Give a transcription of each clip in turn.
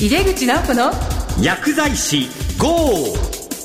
井出口直子の薬剤師 GO!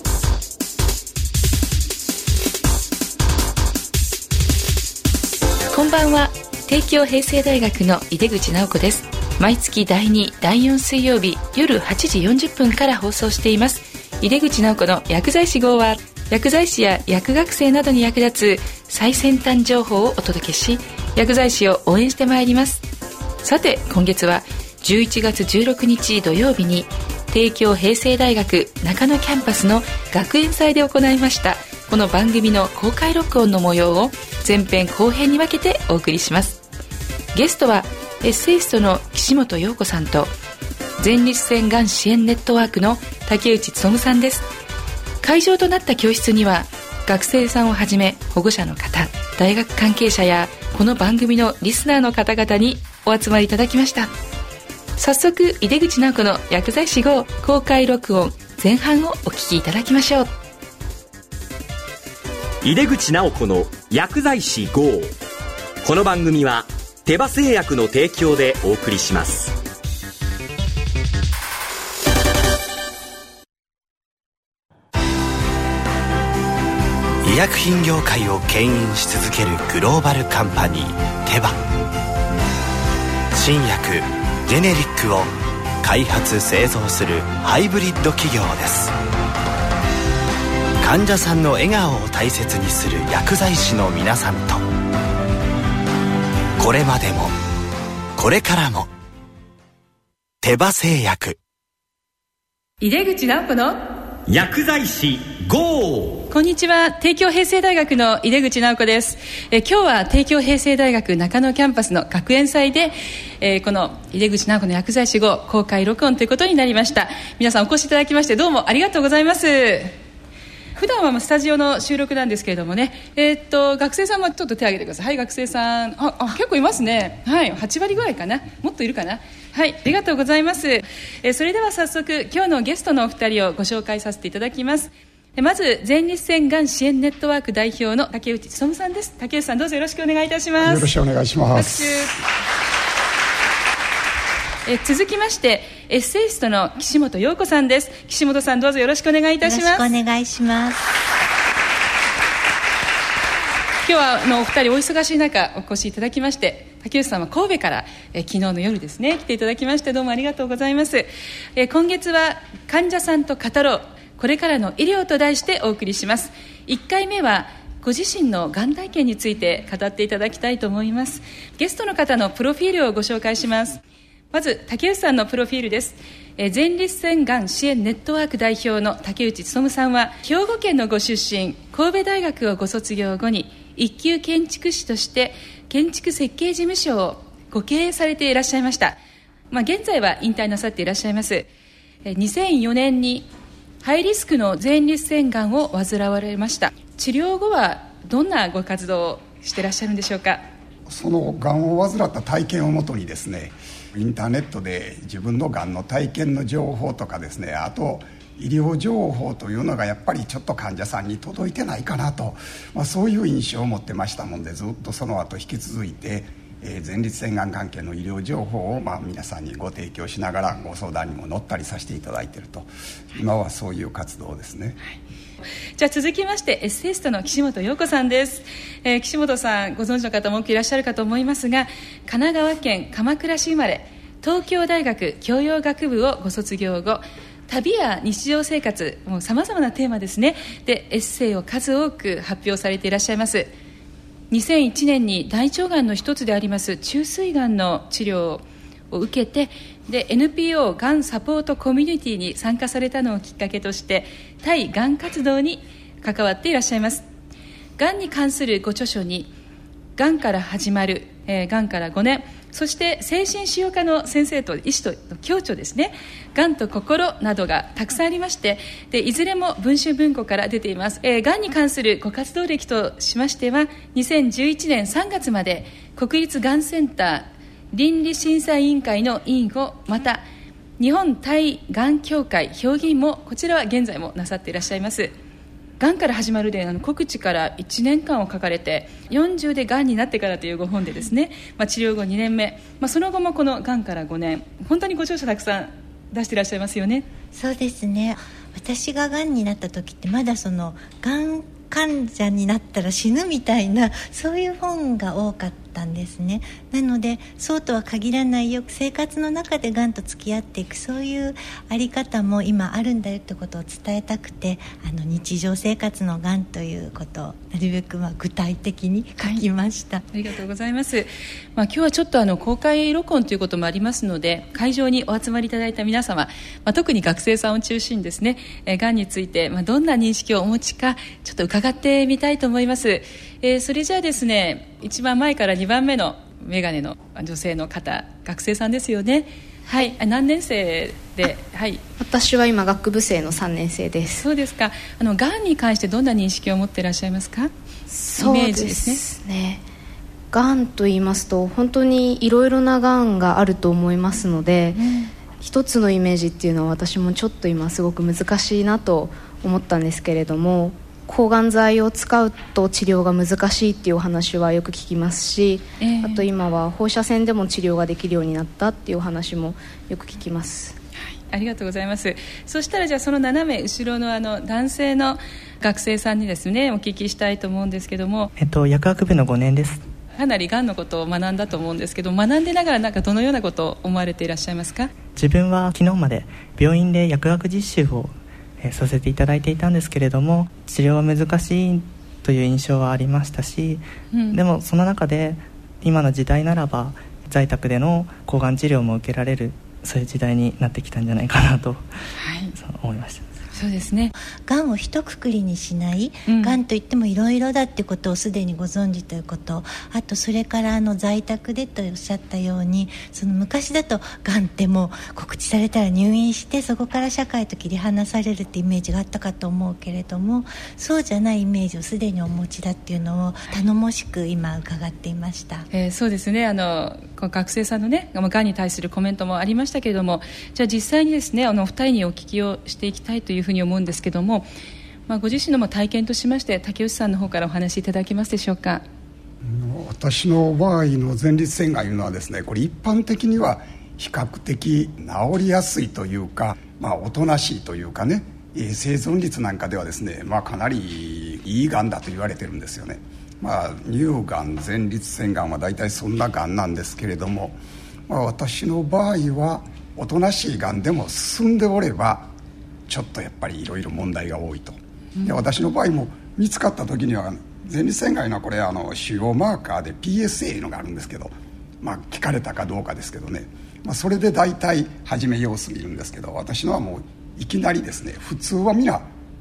こんばんは。帝京平成大学の井出口直子です。毎月第2、第4水曜日夜8時40分から放送しています井出口直子の薬剤師 GO は、薬剤師や薬学生などに役立つ最先端情報をお届けし、薬剤師を応援してまいります。さて今月は11月16日土曜日に帝京平成大学中野キャンパスの学園祭で行いましたこの番組の公開録音の模様を前編後編に分けてお送りします。ゲストはエッセイストの岸本陽子さんと前立腺がん支援ネットワークの竹内勉さんです。会場となった教室には学生さんをはじめ保護者の方、大学関係者やこの番組のリスナーの方々にお集まりいただきました。早速井出口直子の薬剤師 GO 公開録音前半をお聞きいただきましょう。 井出口直子の薬剤師 GO!この番組は手羽製薬の提供でお送りします。 医薬品業界を牽引し続けるグローバルカンパニーテバ。新薬ジェネリックを開発製造するハイブリッド企業です。患者さんの笑顔を大切にする薬剤師の皆さんと、これまでもこれからも手羽製薬。 井出口直子の薬剤師 GO! こんにちは。帝京平成大学の井出口直子です。今日は帝京平成大学中野キャンパスの学園祭で、この井出口直子の薬剤師 GO 公開録音ということになりました。皆さんお越しいただきましてどうもありがとうございます。普段はスタジオの収録なんですけれどもね、学生さんもちょっと手を挙げてください。はい、学生さん結構いますね。はい、8割ぐらいかな、もっといるかな。はい、ありがとうございます。それでは早速今日のゲストのお二人をご紹介させていただきます。まず前立腺がん支援ネットワーク代表の竹内勉さんです。竹内さん、どうぞよろしくお願いいたします。 よろしくお願いします。 続きましてエッセイストの岸本陽子さんです。岸本さん、どうぞよろしくお願いいたします。 よろしくお願いします。 今日はお二人お忙しい中お越しいただきまして、竹内さんは神戸から、昨日の夜ですね来ていただきましてどうもありがとうございます。今月は患者さんと語ろう、これからの医療と題してお送りします。1回目はご自身のがん体験について語っていただきたいと思います。ゲストの方のプロフィールをご紹介します。まず竹内さんのプロフィールです。前立腺がん支援ネットワーク代表の竹内勉さんは兵庫県のご出身、神戸大学をご卒業後に一級建築士として建築設計事務所をご経営されていらっしゃいました。現在は引退なさっていらっしゃいます。2004年にハイリスクの前立腺がんを患われました。治療後はどんなご活動をしていらっしゃるんでしょうか。 そのがんを患った体験をもとにですね、インターネットで自分のがんの体験の情報とかですね、あと医療情報というのがやっぱりちょっと患者さんに届いてないかなと、そういう印象を持ってましたもんで、ずっとその後引き続いて、前立腺がん関係の医療情報を皆さんにご提供しながらご相談にも乗ったりさせていただいていると、今はそういう活動ですね。 じゃあ続きましてエッセイストの岸本陽子さんです。岸本さん、ご存知の方も多くいらっしゃるかと思いますが、神奈川県鎌倉市生まれ、東京大学教養学部をご卒業後、旅や日常生活、もう様々なテーマですねでエッセイを数多く発表されていらっしゃいます。2001年に大腸がんの一つであります虫垂がんの治療を受けて、で NPO がんサポートコミュニティに参加されたのをきっかけとして対がん活動に関わっていらっしゃいます。がんに関するご著書にがんから始まる、がんから5年、そして精神腫瘍科の先生と医師との共著ですね、がんと心などがたくさんありまして、でいずれも文春文庫から出ています。がんに関するご活動歴としましては、2011年3月まで国立がんセンター倫理審査委員会の委員を、また日本対がん協会評議員も、こちらは現在もなさっていらっしゃいます。がんから始まるで告知から1年間を書かれて、40でがんになってからというご本でですね、治療後2年目、その後もこのがんから5年、本当にご著書たくさん出していらっしゃいますよね。 そうですね。私ががんになった時ってまだそのがん患者になったら死ぬみたいなそういう本が多かったんですね。なのでそうとは限らないよ、生活の中でがんと付き合っていくそういうあり方も今あるんだよってことを伝えたくて、日常生活のがんということをなるべく具体的に書きました、 ありがとうございます。今日はちょっと公開録音ということもありますので、会場にお集まりいただいた皆様、特に学生さんを中心にですね、がんについて、どんな認識をお持ちかちょっと伺ってみたいと思います。それじゃあですね、一番前から2番目のメガネの女性の方、学生さんですよね。はい、何年生で？はい、 私は今学部生の3年生です。 そうですか。がんに関してどんな認識を持っていらっしゃいますか？ そうですね、がんと言いますと本当にいろいろながんがあると思いますので、一つのイメージっていうのは私もちょっと今すごく難しいなと思ったんですけれども、抗がん剤を使うと治療が難しいっていうお話はよく聞きますし、あと今は放射線でも治療ができるようになったっていうお話もよく聞きます。 ありがとうございます。そしたらじゃあその斜め後ろの男性の学生さんにですねお聞きしたいと思うんですけども、 薬学部の5年です。 かなりがんのことを学んだと思うんですけど、学んでながらどのようなことを思われていらっしゃいますか？ 自分は昨日まで病院で薬学実習をさせていただいていたんですけれども、治療は難しいという印象はありましたし、でもその中で今の時代ならば在宅での抗がん治療も受けられる、そういう時代になってきたんじゃないかなと、そう思いました。 そうですね、 がんを一括りにしない、がんといってもいろいろだってことをすでにご存知ということ、あとそれから在宅でとおっしゃったように、その昔だとがんってもう告知されたら入院してそこから社会と切り離されるってイメージがあったかと思うけれども、そうじゃないイメージをすでにお持ちだっていうのを頼もしく今伺っていました。 そうですね、学生さんのねがんに対するコメントもありましたけれども、じゃあ実際にですねお二人にお聞きをしていきたいというふうに思うんですけども、ご自身の体験としまして竹内さんの方からお話しいただけますでしょうか？ 私の場合の前立腺がんいうのはですね、これ一般的には比較的治りやすいというか、おとなしいというかね、生存率なんかではですね、かなりいいがんだと言われてるんですよね。乳がん、前立腺がんは大体そんながんなんですけれども、私の場合はおとなしいがんでも進んでおればちょっとやっぱりいろいろ問題が多いと。で私の場合も見つかった時には前立腺がんいうのはこれ腫瘍マーカーで PSA いうのがあるんですけど、聞かれたかどうかですけどね、それで大体初め様子見るんですけど、私のはもういきなりですね、普通は皆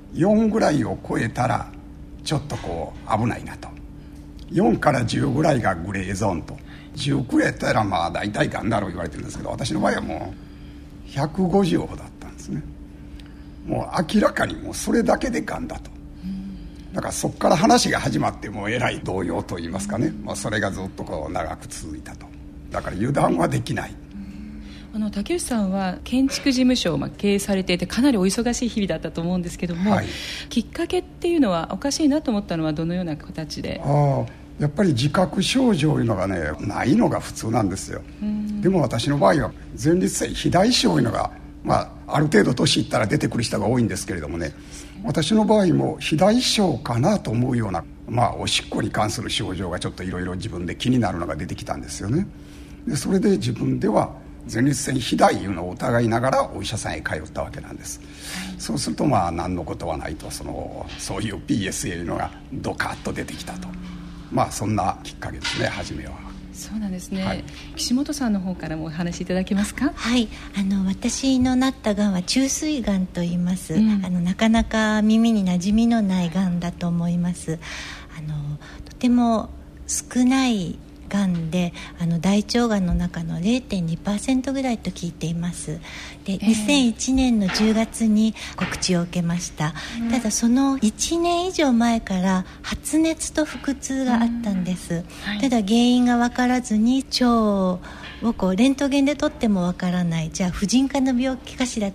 4ぐらいを超えたらちょっと危ないなと、4から10ぐらいがグレーゾーンと、10くらいやったら大体がんだろう言われてるんですけど、私の場合はもう150ほどだったんですね。もう明らかにもうそれだけでがんだと。だからそこから話が始まってもうえらい動揺といいますかね、それがずっと長く続いたと。だから油断はできない。 竹内さんは建築事務所を経営されていてかなりお忙しい日々だったと思うんですけども、きっかけっていうのはおかしいなと思ったのはどのような形で？ やっぱり自覚症状いうのがねないのが普通なんですよ。でも私の場合は前立腺肥大症いうのがある程度年いったら出てくる人が多いんですけれどもね、私の場合も肥大症かなと思うような、おしっこに関する症状がちょっといろいろ自分で気になるのが出てきたんですよね。でそれで自分では前立腺肥大いうのを疑いながらお医者さんへ通ったわけなんです。そうすると何のことはないと、そういう PSA いうのがドカッと出てきたと、そんなきっかけですね、初めは。 そうなんですね、岸本さんの方からもお話しいただけますか？ 私のなったがんは虫垂がんと言います、なかなか耳に馴染みのないがんだと思います。とても少ないがんで大腸がんの中の 0.2% ぐらいと聞いています。で2001年の10月に告知を受けました。ただその1年以上前から発熱と腹痛があったんです。ただ原因が分からずに腸をレントゲンで撮っても分からない、じゃあ婦人科の病気かしらと言って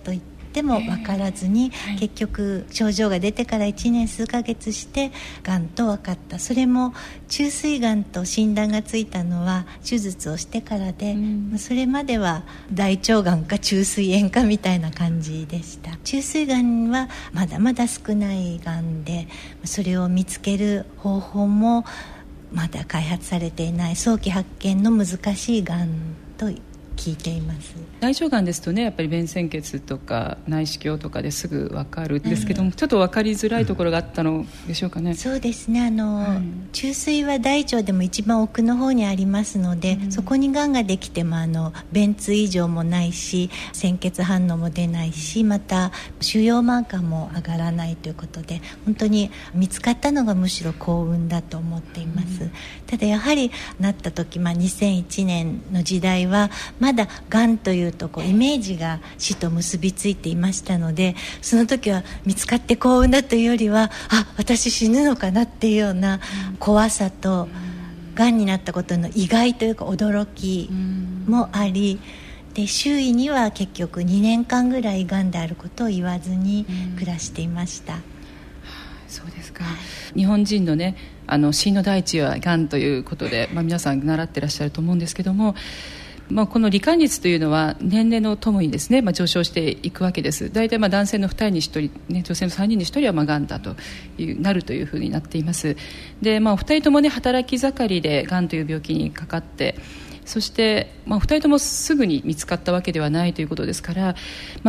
っても分からずに、結局症状が出てから1年数ヶ月してがんと分かった。それも虫垂がんと診断がついたのは手術をしてからで、それまでは大腸がんか虫垂炎かみたいな感じでした。虫垂がんはまだまだ少ないがんで、それを見つける方法もまだ開発されていない、早期発見の難しいがんと聞いています。 大腸がんですとね、やっぱり便潜血とか内視鏡とかですぐ分かるんですけども、ちょっと分かりづらいところがあったのでしょうかね。 そうですね、虫垂は大腸でも一番奥の方にありますので、そこにがんができても便通異常もないし、潜血反応も出ないし、また腫瘍マーカーも上がらないということで、本当に見つかったのがむしろ幸運だと思っています。ただやはりなった時、2001年の時代はまだがんというとイメージが死と結びついていましたので、その時は見つかって幸運だというよりは、私死ぬのかなっていうような怖さと、がんになったことの意外というか驚きもあり、で周囲には結局2年間ぐらいがんであることを言わずに暮らしていました。 そうですか。日本人のね、死因の第一はがんということで、皆さん習ってらっしゃると思うんですけども、この罹患率というのは年齢のともにですね、上昇していくわけです。大体男性の2人に1人、女性の3人に1人はがんだとなるというふうになっています。で、お二人ともね、働き盛りでがんという病気にかかって、そして、2人ともすぐに見つかったわけではないということですから、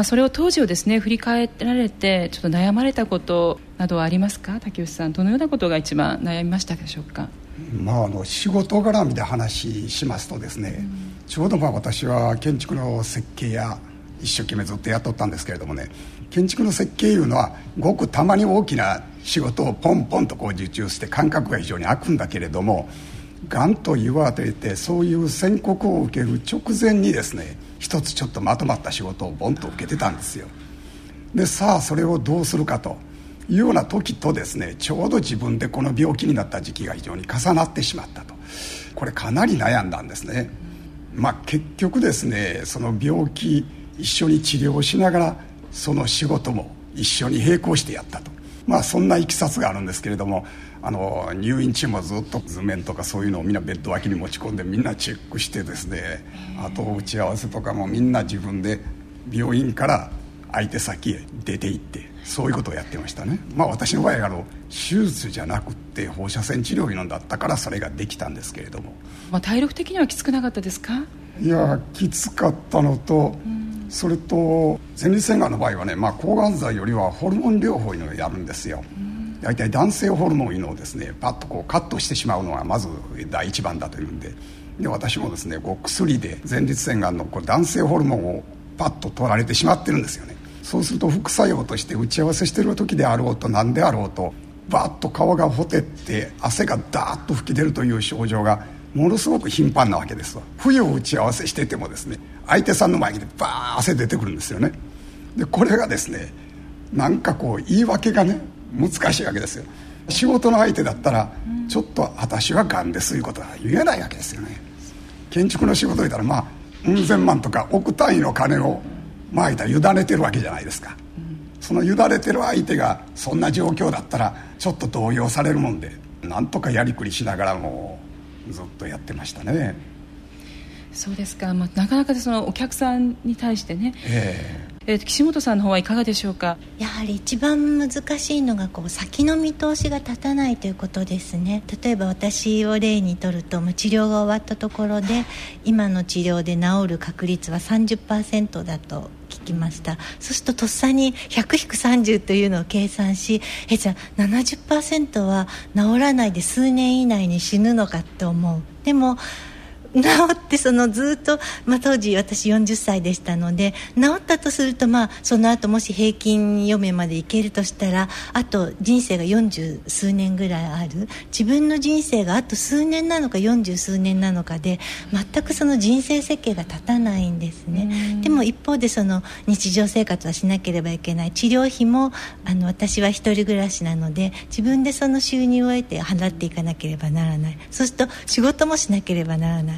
それを当時をですね振り返られてちょっと悩まれたことなどはありますか？竹内さん、どのようなことが一番悩みましたでしょうか？ 仕事絡みで話しますとですね、ちょうど私は建築の設計や一生懸命ずっとやっとったんですけれどもね、建築の設計いうのはごくたまに大きな仕事をポンポンと受注して間隔が非常に空くんだけれども、がんと言われてそういう宣告を受ける直前にですね、一つちょっとまとまった仕事をボンと受けてたんですよ。でさあそれをどうするかというような時とですね、ちょうど自分でこの病気になった時期が非常に重なってしまったと。これかなり悩んだんですね。結局ですね、その病気一緒に治療しながらその仕事も一緒に並行してやったと、そんないきさつがあるんですけれども、入院中もずっと図面とかそういうのをみんなベッド脇に持ち込んでみんなチェックしてですね、あと打ち合わせとかもみんな自分で病院から相手先へ出て行って、そういうことをやってましたね。私の場合手術じゃなくって放射線治療費のだったからそれができたんですけれども、 体力的にはきつくなかったですか？ いやきつかったのと、それと前立腺がんの場合はね、抗がん剤よりはホルモン療法いうのをやるんですよ。大体男性ホルモンいうのをですねパッとカットしてしまうのがまず第一番だというんで、私もですね薬で前立腺がんの男性ホルモンをパッと取られてしまってるんですよね。そうすると副作用として打ち合わせしてる時であろうと何であろうとバッと顔がほてって汗がダーッと吹き出るという症状がものすごく頻繁なわけですわ。冬を打ち合わせしててもですね、相手さんの前にバーッ汗出てくるんですよね。でこれがですね言い訳がね難しいわけですよ。仕事の相手だったらちょっと私はがんですということは言えないわけですよね。建築の仕事を言ったらうん千万とか億単位の金を委ねてるわけじゃないですか。その委ねてる相手がそんな状況だったらちょっと動揺されるもんで、なんとかやりくりしながらもずっとやってましたね。 そうですか。なかなかそのお客さんに対してね、岸本さんの方はいかがでしょうか？ やはり一番難しいのが先の見通しが立たないということですね。例えば私を例にとると、治療が終わったところで今の治療で治る確率は 30% だと聞きました。そうするととっさに 100-30 というのを計算し、じゃあ 70% は治らないで数年以内に死ぬのかって思う。でも治ってずっと、当時私40歳でしたので、治ったとするとその後もし平均余命までいけるとしたら、あと人生が40数年ぐらいある。自分の人生があと数年なのか40数年なのかで全くその人生設計が立たないんですね。でも一方で日常生活はしなければいけない。治療費も私は一人暮らしなので自分でその収入を得て払っていかなければならない。そうすると仕事もしなければならない。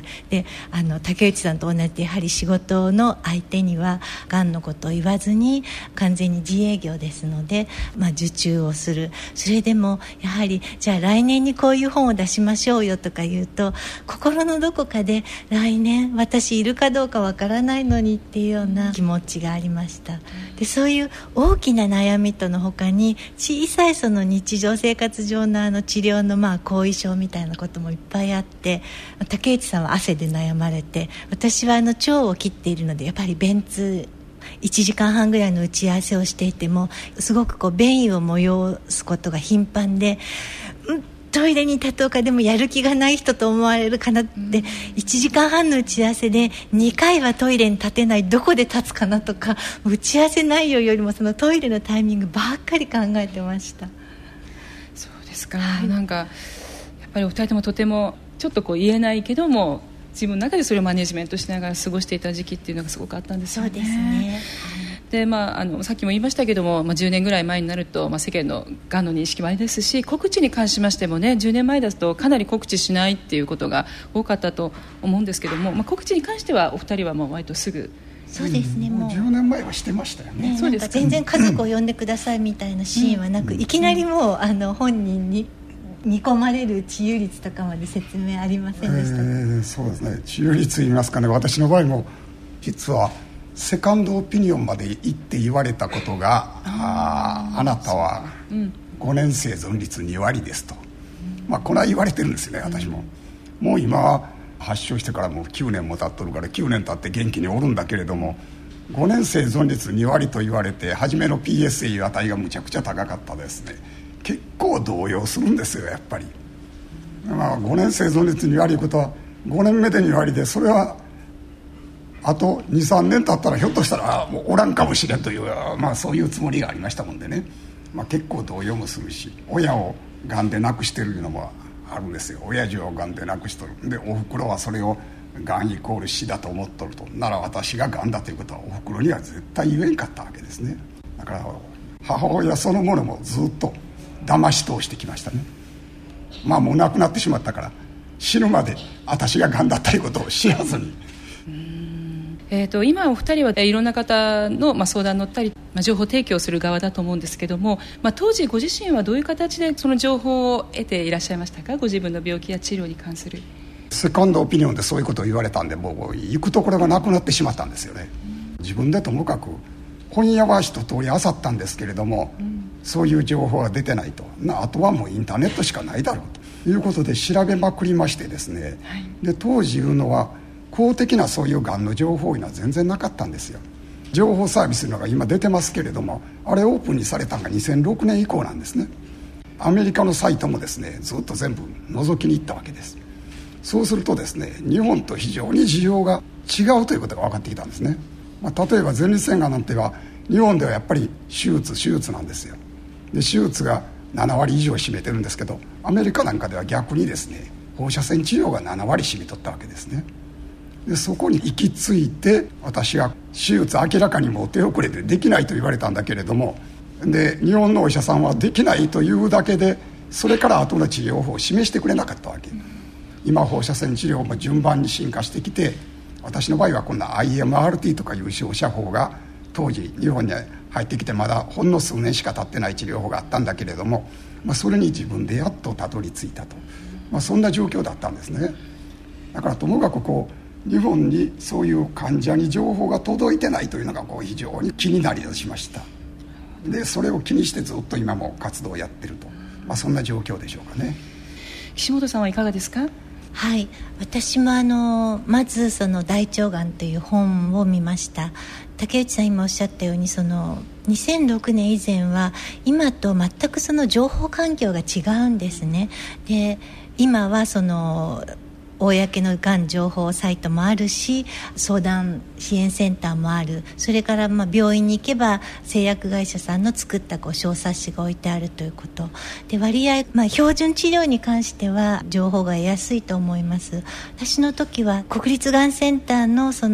で竹内さんと同じでやはり仕事の相手にはがんのことを言わずに完全に自営業ですので、受注をする。それでもやはりじゃあ来年にこういう本を出しましょうよとか言うと、心のどこかで来年私いるかどうかわからないのにっていうような気持ちがありました。でそういう大きな悩みとの他に小さいその日常生活上の治療の後遺症みたいなこともいっぱいあって、竹内さんは汗で悩まれて、私は腸を切っているのでやっぱり便通1時間半ぐらいの打ち合わせをしていてもすごく便意を催すことが頻繁で、トイレに立とうかでもやる気がない人と思われるかなって、1時間半の打ち合わせで2回はトイレに立てない、どこで立つかなとか、打ち合わせ内容よりもそのトイレのタイミングばっかり考えてました。 そうですか、なんかやっぱりお二人ともとてもちょっと言えないけども自分の中でそれをマネジメントしながら過ごしていた時期っていうのがすごくあったんですよね。 そうですね。 でさっきも言いましたけども、10年ぐらい前になると、世間のがんの認識もあれですし、告知に関しましてもね、10年前だとかなり告知しないっていうことが多かったと思うんですけども、告知に関してはお二人はもう割とすぐ。 そうですね、もう 10年前はしてましたよね。 なんか全然家族を呼んでくださいみたいなシーンはなく、いきなりもう本人に見込まれる治癒率とかまで説明ありませんでした。 そうですね、治癒率言いますかね、私の場合も実はセカンドオピニオンまで行って言われたことが、あなたは5年生存率2割ですと、これは言われてるんですよね。私ももう今発症してからもう9年も経っとるから9年経って元気におるんだけれども、5年生存率2割と言われて初めの PSA 値がむちゃくちゃ高かったですね。結構動揺するんですよやっぱり。5年生存率2割いうことは5年目で2割で、それはあと 2,3 年経ったらひょっとしたらもうおらんかもしれんという、そういうつもりがありましたもんでね、結構動揺もするし、親をがんで亡くしてるのもあるんですよ。親父をがんで亡くしとるで、おふくろはそれをがんイコール死だと思っとると、なら私ががんだということはおふくろには絶対言えんかったわけですね。だから母親そのものもずっと騙し通してきましたね。もう亡くなってしまったから死ぬまで私ががんだったいうことを知らずに。 今お二人はいろんな方の、相談に乗ったり、情報提供する側だと思うんですけども、当時ご自身はどういう形でその情報を得ていらっしゃいましたか？ご自分の病気や治療に関する。 セカンドオピニオンでそういうことを言われたんで、もう行くところがなくなってしまったんですよね。自分でともかく本屋は一通り漁ったんですけれども、そういう情報が出てないと、あとはもうインターネットしかないだろうということで調べまくりましてですね、で当時いうのは公的なそういうがんの情報いうのは全然なかったんですよ。情報サービスのが今出てますけれども、あれオープンにされたのが2006年以降なんですね。アメリカのサイトもですねずっと全部覗きに行ったわけです。そうするとですね、日本と非常に需要が違うということが分かってきたんですね。例えば前立腺がんなんては日本ではやっぱり手術なんですよ。で手術が7割以上占めてるんですけど、アメリカなんかでは逆にですね放射線治療が7割占めとったわけですね。でそこに行き着いて、私は手術明らかにもう手遅れでできないと言われたんだけれども、で日本のお医者さんはできないというだけでそれから後の治療法を示してくれなかったわけ。今放射線治療も順番に進化してきて、私の場合はこんな IMRT とかいう照射法が当時日本に入ってきてまだほんの数年しか経ってない治療法があったんだけれども、それに自分でやっとたどり着いたと、そんな状況だったんですね。だからともかく日本にそういう患者に情報が届いてないというのが非常に気になりだしました。でそれを気にしてずっと今も活動をやってると、そんな状況でしょうかね。 岸本さんはいかがですか？ はい、私もまずその大腸がんという本を見ました。竹内さん今おっしゃったように、その2006年以前は今と全くその情報環境が違うんですね。で今はその公のがん情報サイトもあるし、相談支援センターもある。それから病院に行けば製薬会社さんの作った小冊子が置いてあるということで、割合、標準治療に関しては情報が得やすいと思います。私の時は国立がんセンターのその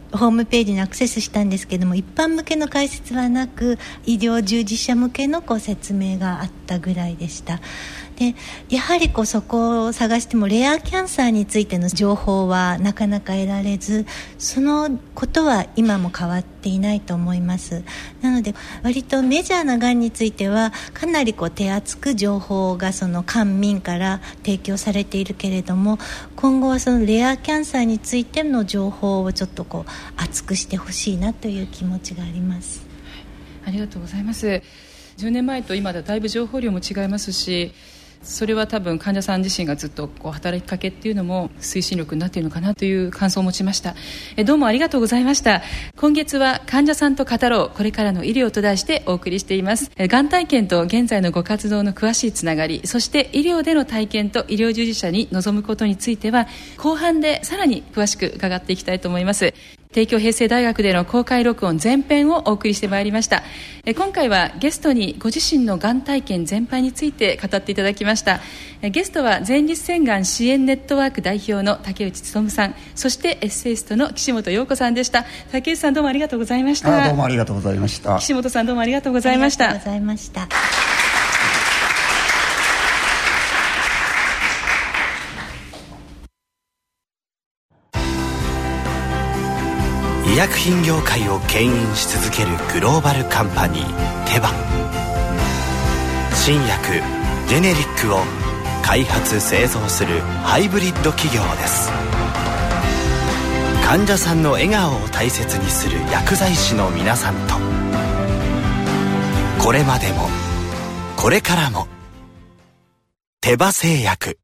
ホームページにアクセスしたんですけども、一般向けの解説はなく、医療従事者向けの説明があったぐらいでした。でやはりそこを探してもレアキャンサーについての情報はなかなか得られず、そのことは今も変わっていないと思います。なので割とメジャーながんについてはかなり手厚く情報が官民から提供されているけれども、今後はレアキャンサーについての情報をちょっと厚くしてほしいなという気持ちがあります。 ありがとうございます。10年前と今ではだいぶ情報量も違いますし、それは多分患者さん自身がずっと働きかけっていうのも推進力になっているのかなという感想を持ちました。どうもありがとうございました。今月は患者さんと語ろうこれからの医療と題してお送りしています。がん体験と現在のご活動の詳しいつながり、そして医療での体験と医療従事者に臨むことについては後半でさらに詳しく伺っていきたいと思います。帝京平成大学での公開録音前編をお送りしてまいりました。今回はゲストにご自身のがん体験全般について語っていただきました。ゲストは前立腺がん支援ネットワーク代表の竹内勉さん、そしてエッセイストの岸本陽子さんでした。竹内さんどうもありがとうございました。 どうもありがとうございました。 岸本さんどうもありがとうございました。 ありがとうございました。 医薬品業界を牽引し続けるグローバルカンパニーテバ。新薬ジェネリックを開発製造するハイブリッド企業です。患者さんの笑顔を大切にする薬剤師の皆さんと、これまでもこれからもテバ製薬。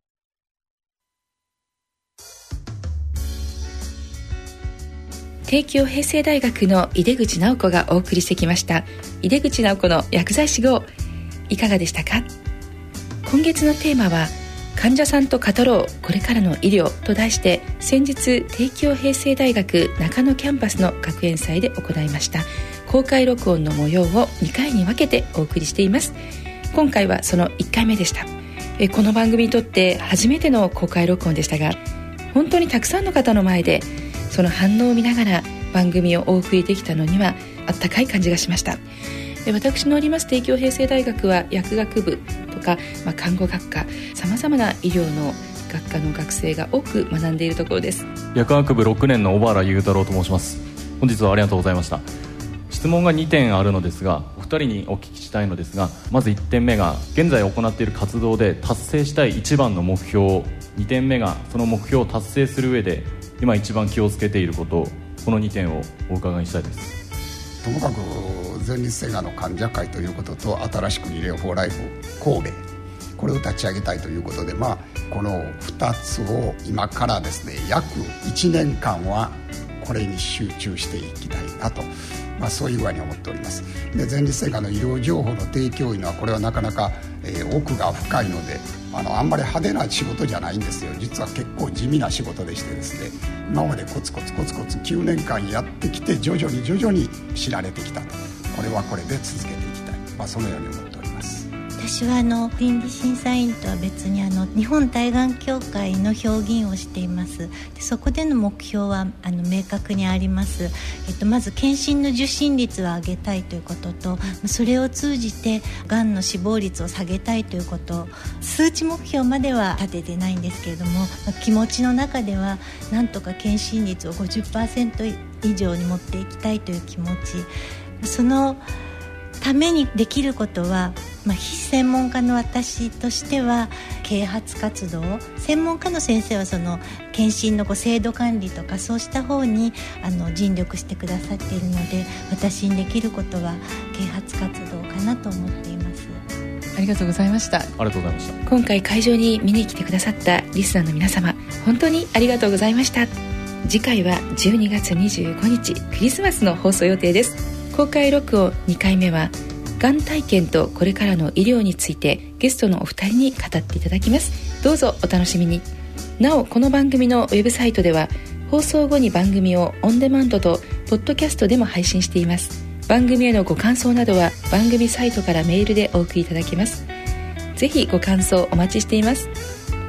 帝京平成大学の井出口直子がお送りしてきました井出口直子の薬剤師号、いかがでしたか。今月のテーマは患者さんと語ろうこれからの医療と題して、先日帝京平成大学中野キャンパスの学園祭で行いました公開録音の模様を2回に分けてお送りしています。今回はその1回目でした。この番組にとって初めての公開録音でしたが、本当にたくさんの方の前でその反応を見ながら番組をお送りできたのにはあったかい感じがしました。私のおります帝京平成大学は薬学部とか、看護学科、さまざまな医療の学科の学生が多く学んでいるところです。 薬学部6年の小原雄太郎と申します。本日はありがとうございました。質問が2点あるのですが、お二人にお聞きしたいのですが、まず1点目が現在行っている活動で達成したい一番の目標、2点目がその目標を達成する上で今一番気をつけていること、この2点をお伺いしたいです。 ともかく前立腺がんの患者会ということと、新しくリレーフォーライフ神戸、これを立ち上げたいということで、この2つを今からですね約1年間はこれに集中していきたいなと、そういう具合に思っております。で、前立腺がんの医療情報の提供というのはこれはなかなか、奥が深いのであんまり派手な仕事じゃないんですよ。実は結構地味な仕事でしてですね、今までコツコツ9年間やってきて徐々に知られてきたと。これはこれで続けていきたい、そのように思っております。 私は倫理審査員とは別に日本対がん協会の評議員をしています。でそこでの目標は明確にあります。まず検診の受診率を上げたいということと、それを通じてがんの死亡率を下げたいということ、数値目標までは立ててないんですけれども、気持ちの中ではなんとか検診率を 50% 以上に持っていきたいという気持ち、そのためにできることは、非専門家の私としては啓発活動、専門家の先生はその検診の制度管理とかそうした方に尽力してくださっているので、私にできることは啓発活動かなと思っています。 ありがとうございました。 ありがとうございました。 今回会場に見に来てくださったリスナーの皆様、本当にありがとうございました。次回は12月25日クリスマスの放送予定です。公開録音2回目はがん体験とこれからの医療についてゲストのお二人に語っていただきます。どうぞお楽しみに。なおこの番組のウェブサイトでは放送後に番組をオンデマンドとポッドキャストでも配信しています。番組へのご感想などは番組サイトからメールでお送りいただけます。ぜひご感想お待ちしています。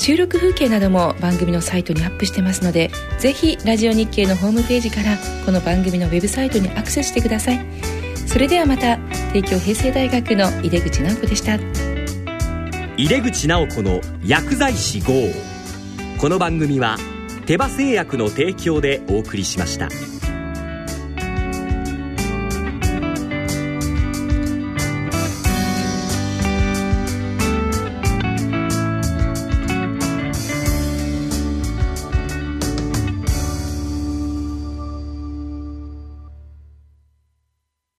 収録風景なども番組のサイトにアップしてますので、ぜひラジオ日経のホームページからこの番組のウェブサイトにアクセスしてください。それではまた。帝京平成大学の井出口直子でした。 井出口直子の薬剤師号。この番組は手羽製薬の提供でお送りしました。